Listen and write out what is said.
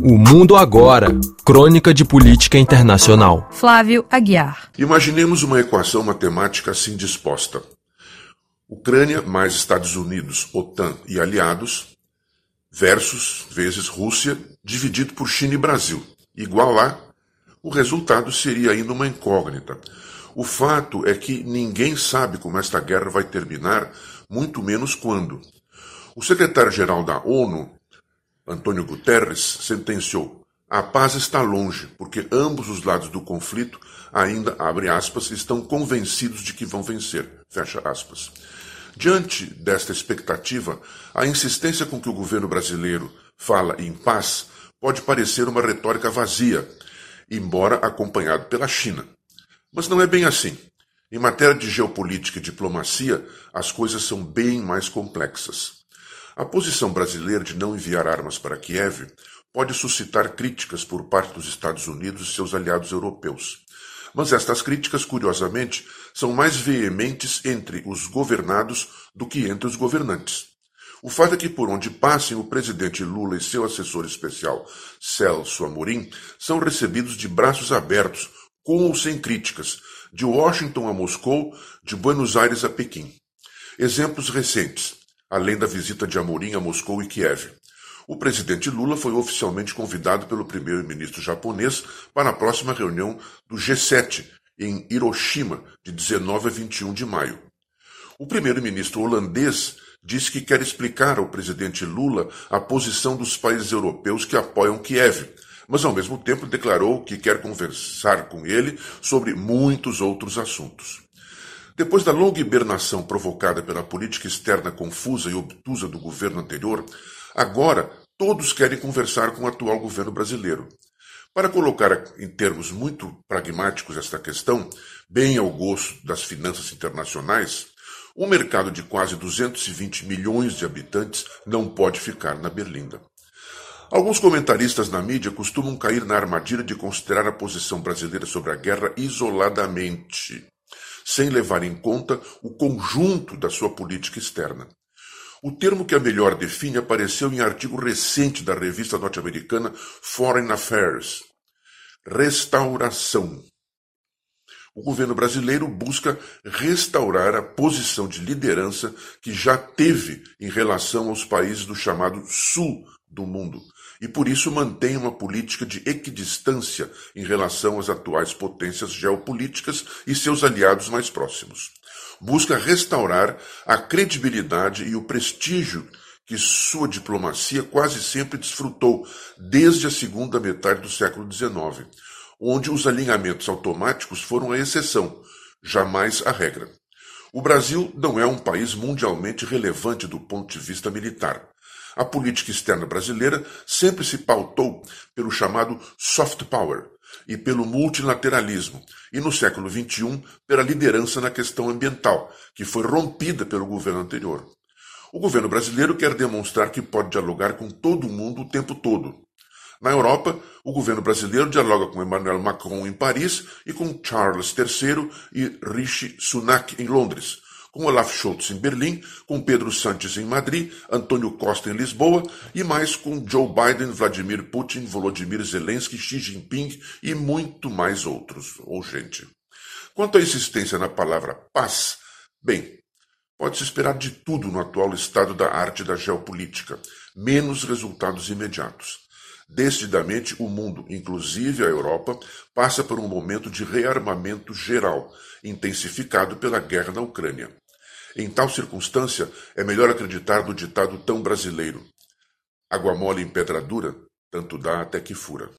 O Mundo Agora, crônica de política internacional. Flávio Aguiar. Imaginemos uma equação matemática assim disposta. Ucrânia mais Estados Unidos, OTAN e aliados, versus vezes Rússia, dividido por China e Brasil. Igual a, o resultado seria ainda uma incógnita. O fato é que ninguém sabe como esta guerra vai terminar, muito menos quando. O secretário-geral da ONU, Antônio Guterres, sentenciou: a paz está longe, porque ambos os lados do conflito ainda, abre aspas, estão convencidos de que vão vencer, fecha aspas. Diante desta expectativa, a insistência com que o governo brasileiro fala em paz pode parecer uma retórica vazia, embora acompanhado pela China. Mas não é bem assim. Em matéria de geopolítica e diplomacia, as coisas são bem mais complexas. A posição brasileira de não enviar armas para Kiev pode suscitar críticas por parte dos Estados Unidos e seus aliados europeus. Mas estas críticas, curiosamente, são mais veementes entre os governados do que entre os governantes. O fato é que, por onde passem, o presidente Lula e seu assessor especial, Celso Amorim, são recebidos de braços abertos, com ou sem críticas, de Washington a Moscou, de Buenos Aires a Pequim. Exemplos recentes, além da visita de Amorim a Moscou e Kiev. O presidente Lula foi oficialmente convidado pelo primeiro-ministro japonês para a próxima reunião do G7, em Hiroshima, de 19 a 21 de maio. O primeiro-ministro holandês disse que quer explicar ao presidente Lula a posição dos países europeus que apoiam Kiev, mas ao mesmo tempo declarou que quer conversar com ele sobre muitos outros assuntos. Depois da longa hibernação provocada pela política externa confusa e obtusa do governo anterior, agora todos querem conversar com o atual governo brasileiro. Para colocar em termos muito pragmáticos esta questão, bem ao gosto das finanças internacionais, um mercado de quase 220 milhões de habitantes não pode ficar na berlinda. Alguns comentaristas na mídia costumam cair na armadilha de considerar a posição brasileira sobre a guerra isoladamente, sem levar em conta o conjunto da sua política externa. O termo que a melhor define apareceu em artigo recente da revista norte-americana Foreign Affairs. Restauração. O governo brasileiro busca restaurar a posição de liderança que já teve em relação aos países do chamado Sul do mundo, e por isso mantém uma política de equidistância em relação às atuais potências geopolíticas e seus aliados mais próximos. Busca restaurar a credibilidade e o prestígio que sua diplomacia quase sempre desfrutou desde a segunda metade do século XIX, onde os alinhamentos automáticos foram a exceção, jamais a regra. O Brasil não é um país mundialmente relevante do ponto de vista militar. A política externa brasileira sempre se pautou pelo chamado soft power e pelo multilateralismo, e no século XXI pela liderança na questão ambiental, que foi rompida pelo governo anterior. O governo brasileiro quer demonstrar que pode dialogar com todo mundo o tempo todo. Na Europa, o governo brasileiro dialoga com Emmanuel Macron em Paris e com Charles III e Rishi Sunak em Londres, com Olaf Scholz em Berlim, com Pedro Sánchez em Madrid, Antônio Costa em Lisboa e mais com Joe Biden, Vladimir Putin, Volodymyr Zelensky, Xi Jinping e muito mais outros, ou gente. Quanto à insistência na palavra paz, bem, pode-se esperar de tudo no atual estado da arte da geopolítica, menos resultados imediatos. Decididamente, o mundo, inclusive a Europa, passa por um momento de rearmamento geral, intensificado pela guerra na Ucrânia. Em tal circunstância, é melhor acreditar no ditado tão brasileiro: água mole em pedra dura, tanto dá até que fura.